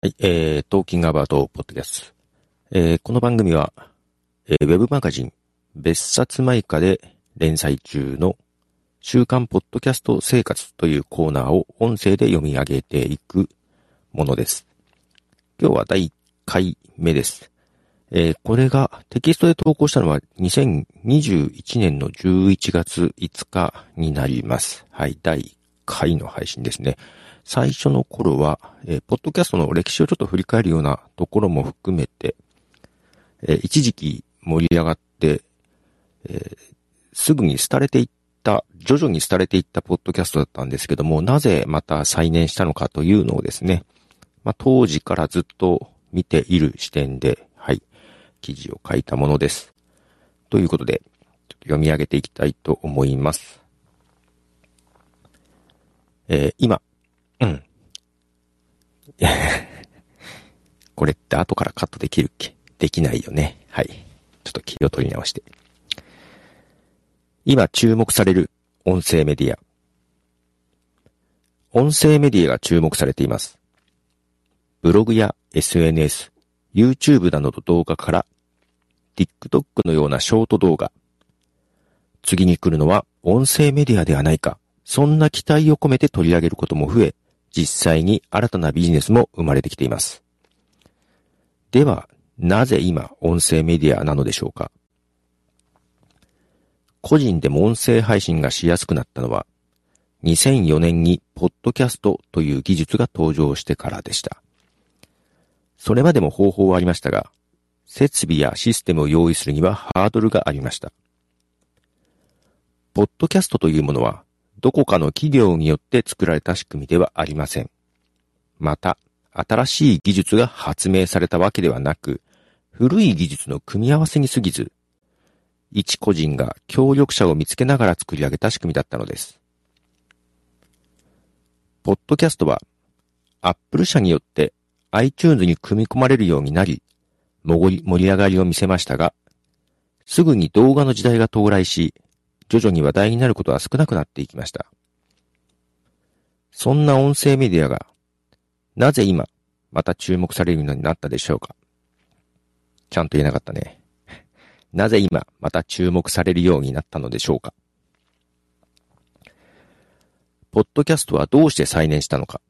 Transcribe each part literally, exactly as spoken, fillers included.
はい、えー、トーキングアバウトポッドキャスト。えー、この番組は、えー、ウェブマガジン、別冊マイカで連載中の週刊ポッドキャスト生活というコーナーを音声で読み上げていくものです。今日はだいいっかいめです。えー、これがテキストで投稿したのはにせんにじゅういちねんのじゅういちがついつかになります。はい、だいいっかいの配信ですね。最初の頃は、えー、ポッドキャストの歴史をちょっと振り返るようなところも含めて、えー、一時期盛り上がって、えー、すぐに廃れていった、徐々に廃れていったポッドキャストだったんですけども、なぜまた再燃したのかというのをですね、まあ、当時からずっと見ている視点で、はい、記事を書いたものです。ということで、ちょっと読み上げていきたいと思います。えー、今、うん。これって後からカットできるっけ？できないよね。はい。ちょっと気を取り直して。今注目される音声メディア。音声メディアが注目されています。ブログや エスエヌエス、YouTube などの動画から、TikTok のようなショート動画。次に来るのは音声メディアではないか。そんな期待を込めて取り上げることも増え、実際に新たなビジネスも生まれてきています。では、なぜ今音声メディアなのでしょうか。個人でも音声配信がしやすくなったのは、にせんよねんにポッドキャストという技術が登場してからでした。それまでも方法はありましたが、設備やシステムを用意するにはハードルがありました。ポッドキャストというものは、どこかの企業によって作られた仕組みではありません。また、新しい技術が発明されたわけではなく、古い技術の組み合わせに過ぎず、一個人が協力者を見つけながら作り上げた仕組みだったのです。ポッドキャストは、Apple 社によって iTunes に組み込まれるようになり、盛り上がりを見せましたが、すぐに動画の時代が到来し、徐々に話題になることは少なくなっていきました。そんな音声メディアが、なぜ今、また注目されるようになったでしょうか。ちゃんと言えなかったね。なぜ今、また注目されるようになったのでしょうか。ポッドキャストはどうして再燃したのか。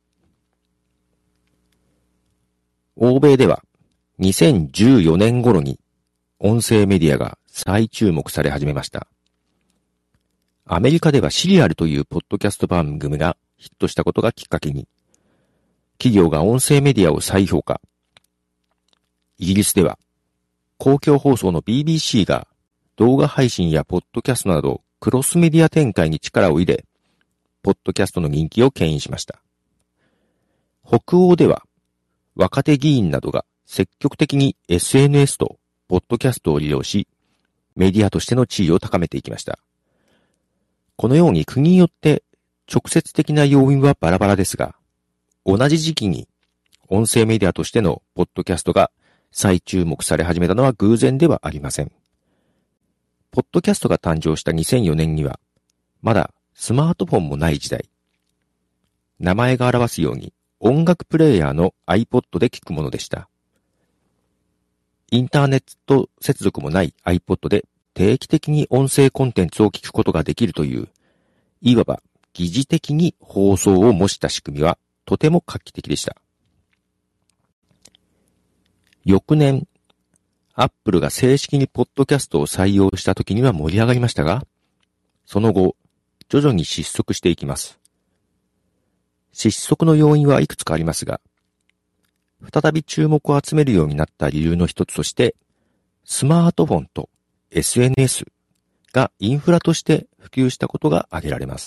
欧米では、にせんじゅうよねん頃に、音声メディアが再注目され始めました。アメリカではシリアルというポッドキャスト番組がヒットしたことがきっかけに、企業が音声メディアを再評価。イギリスでは、公共放送の ビービーシー が動画配信やポッドキャストなどクロスメディア展開に力を入れ、ポッドキャストの人気を牽引しました。北欧では、若手議員などが積極的に エスエヌエス とポッドキャストを利用し、メディアとしての地位を高めていきました。このように国によって直接的な要因はバラバラですが、同じ時期に音声メディアとしてのポッドキャストが再注目され始めたのは偶然ではありません。ポッドキャストが誕生したにせんよねんには、まだスマートフォンもない時代。名前が表すように音楽プレイヤーの iPod で聞くものでした。インターネット接続もない iPod で定期的に音声コンテンツを聞くことができるという、いわば疑似的に放送を模した仕組みはとても画期的でした。翌年、アップルが正式にポッドキャストを採用した時には盛り上がりましたが、その後、徐々に失速していきます。失速の要因はいくつかありますが、再び注目を集めるようになった理由の一つとして、スマートフォンと エスエヌエス がインフラとして普及したことが挙げられます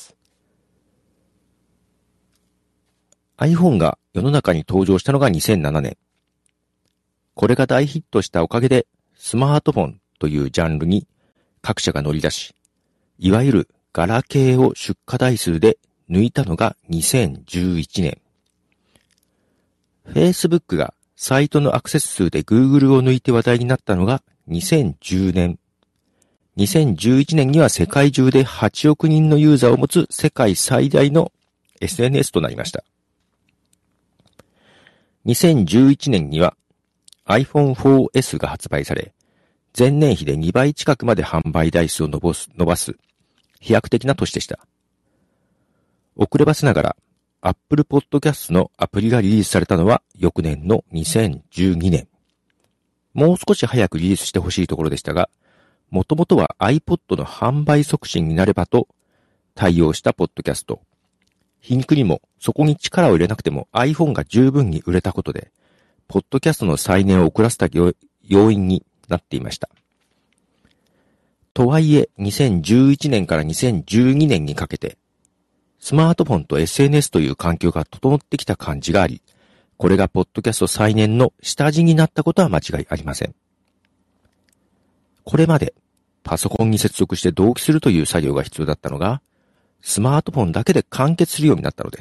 。iPhone が世の中に登場したのがにせんななねん。これが大ヒットしたおかげで、スマートフォンというジャンルに各社が乗り出し、いわゆるガラケーを出荷台数で抜いたのがにせんじゅういちねん。Facebook がサイトのアクセス数で Google を抜いて話題になったのがにせんじゅうねん。にせんじゅういちねんには世界中ではちおくにんのユーザーを持つ世界最大の エスエヌエス となりました。 にせんじゅういちねんには アイフォンフォーエス が発売され、前年比でにばい近くまで販売台数を伸ばす、伸ばす飛躍的な年でした。遅ればせながら、Apple Podcast のアプリがリリースされたのは翌年のにせんじゅうにねん。もう少し早くリリースしてほしいところでしたが、もともとは iPod の販売促進になればと対応したポッドキャスト。皮肉にもそこに力を入れなくても iPhone が十分に売れたことで、ポッドキャストの再燃を遅らせた要因になっていました。とはいえ、にせんじゅういちねんからにせんじゅうにねんにかけて、スマートフォンと エスエヌエス という環境が整ってきた感じがあり、これがポッドキャスト再燃の下地になったことは間違いありません。これまでパソコンに接続して同期するという作業が必要だったのが、スマートフォンだけで完結するようになったのです。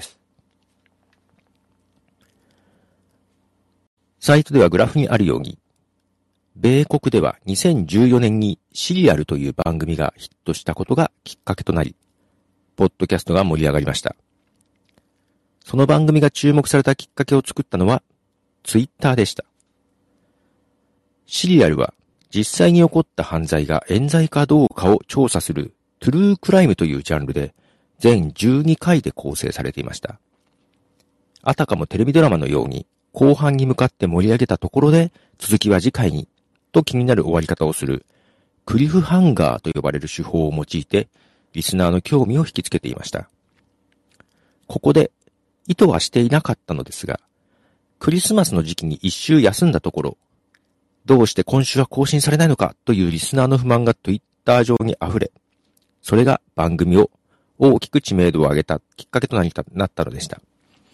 サイトではグラフにあるように、米国ではにせんじゅうよねんにシリアルという番組がヒットしたことがきっかけとなり、ポッドキャストが盛り上がりました。その番組が注目されたきっかけを作ったのは、ツイッターでした。シリアルは実際に起こった犯罪が冤罪かどうかを調査するトゥルークライムというジャンルで全じゅうにかいで構成されていました。あたかもテレビドラマのように後半に向かって盛り上げたところで続きは次回にと気になる終わり方をするクリフハンガーと呼ばれる手法を用いてリスナーの興味を引きつけていました。ここで意図はしていなかったのですが、クリスマスの時期に一周休んだところ、どうして今週は更新されないのかというリスナーの不満が Twitter 上に溢れ、それが番組を大きく知名度を上げたきっかけとなったのでした。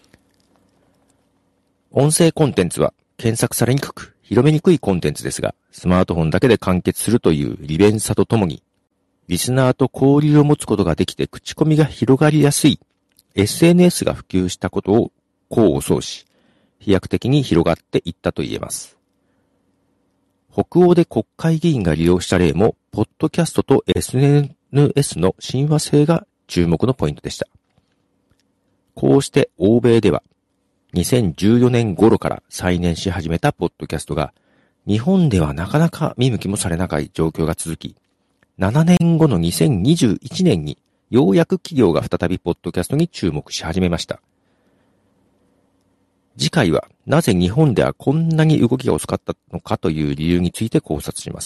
音声コンテンツは検索されにくく、広めにくいコンテンツですが、スマートフォンだけで完結するという利便さとともに、リスナーと交流を持つことができて口コミが広がりやすい エスエヌエス が普及したことを功を奏し、飛躍的に広がっていったと言えます。北欧で国会議員が利用した例も、ポッドキャストと エスエヌエス の親和性が注目のポイントでした。こうして欧米では、にせんじゅうよねん頃から再燃し始めたポッドキャストが、日本ではなかなか見向きもされなかった状況が続き、ななねんごのにせんにじゅういちねんにようやく企業が再びポッドキャストに注目し始めました。次回はなぜ日本ではこんなに動きが遅かったのかという理由について考察します。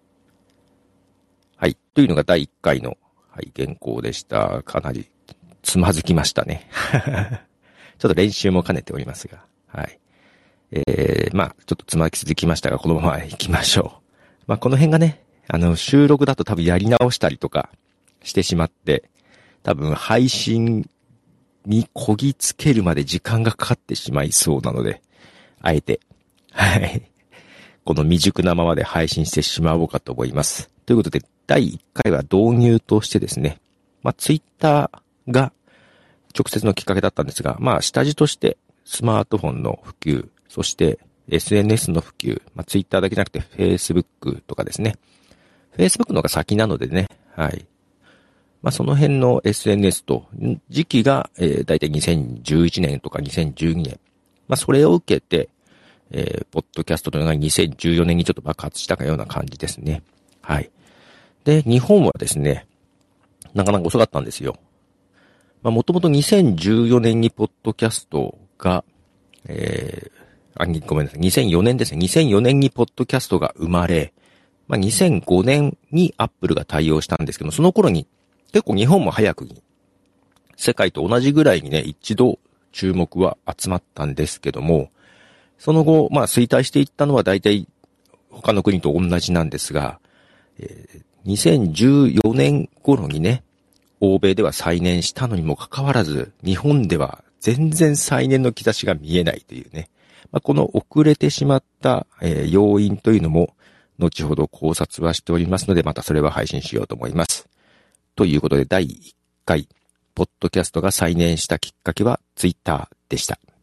はい。というのがだいいっかいの、はい、原稿でした。かなりつまずきましたね。ちょっと練習も兼ねておりますが。はい。えー、まあちょっとつまずきましたが、このまま行きましょう。まあこの辺がね、あの収録だと多分やり直したりとかしてしまって、多分配信にこぎつけるまで時間がかかってしまいそうなので、あえて、はい。この未熟なままで配信してしまおうかと思います。ということで、だいいっかいは導入としてですね、まあ、ツイッターが直接のきっかけだったんですが、まあ、下地としてスマートフォンの普及、そして エスエヌエス の普及、まあ、ツイッターだけじゃなくて Facebook とかですね。Facebook の方が先なのでね、はい。まあ、その辺の エスエヌエス と時期が、えー、だいたいにせんじゅういちねんとかにせんじゅうにねん。まあ、それを受けて、えー、ポッドキャストというのがにせんじゅうよねんにちょっと爆発したような感じですね。はい。で、日本はですね、なかなか遅かったんですよ。まあ、もともとにせんじゅうよねんにポッドキャストが、えー、あ、ごめんなさい。にせんよねんですね。にせんよねんにポッドキャストが生まれ、まあ、にせんごねんにアップルが対応したんですけども、その頃に結構日本も早くに、世界と同じぐらいにね、一度注目は集まったんですけども、その後、まあ衰退していったのは大体他の国と同じなんですが、えー、にせんじゅうよねん頃にね、欧米では再燃したのにもかかわらず、日本では全然再燃の兆しが見えないというね、まあ、この遅れてしまった、えー、要因というのも、後ほど考察はしておりますので、またそれは配信しようと思います。ということで、だいいっかい、ポッドキャストが再燃したきっかけはツイッターでした。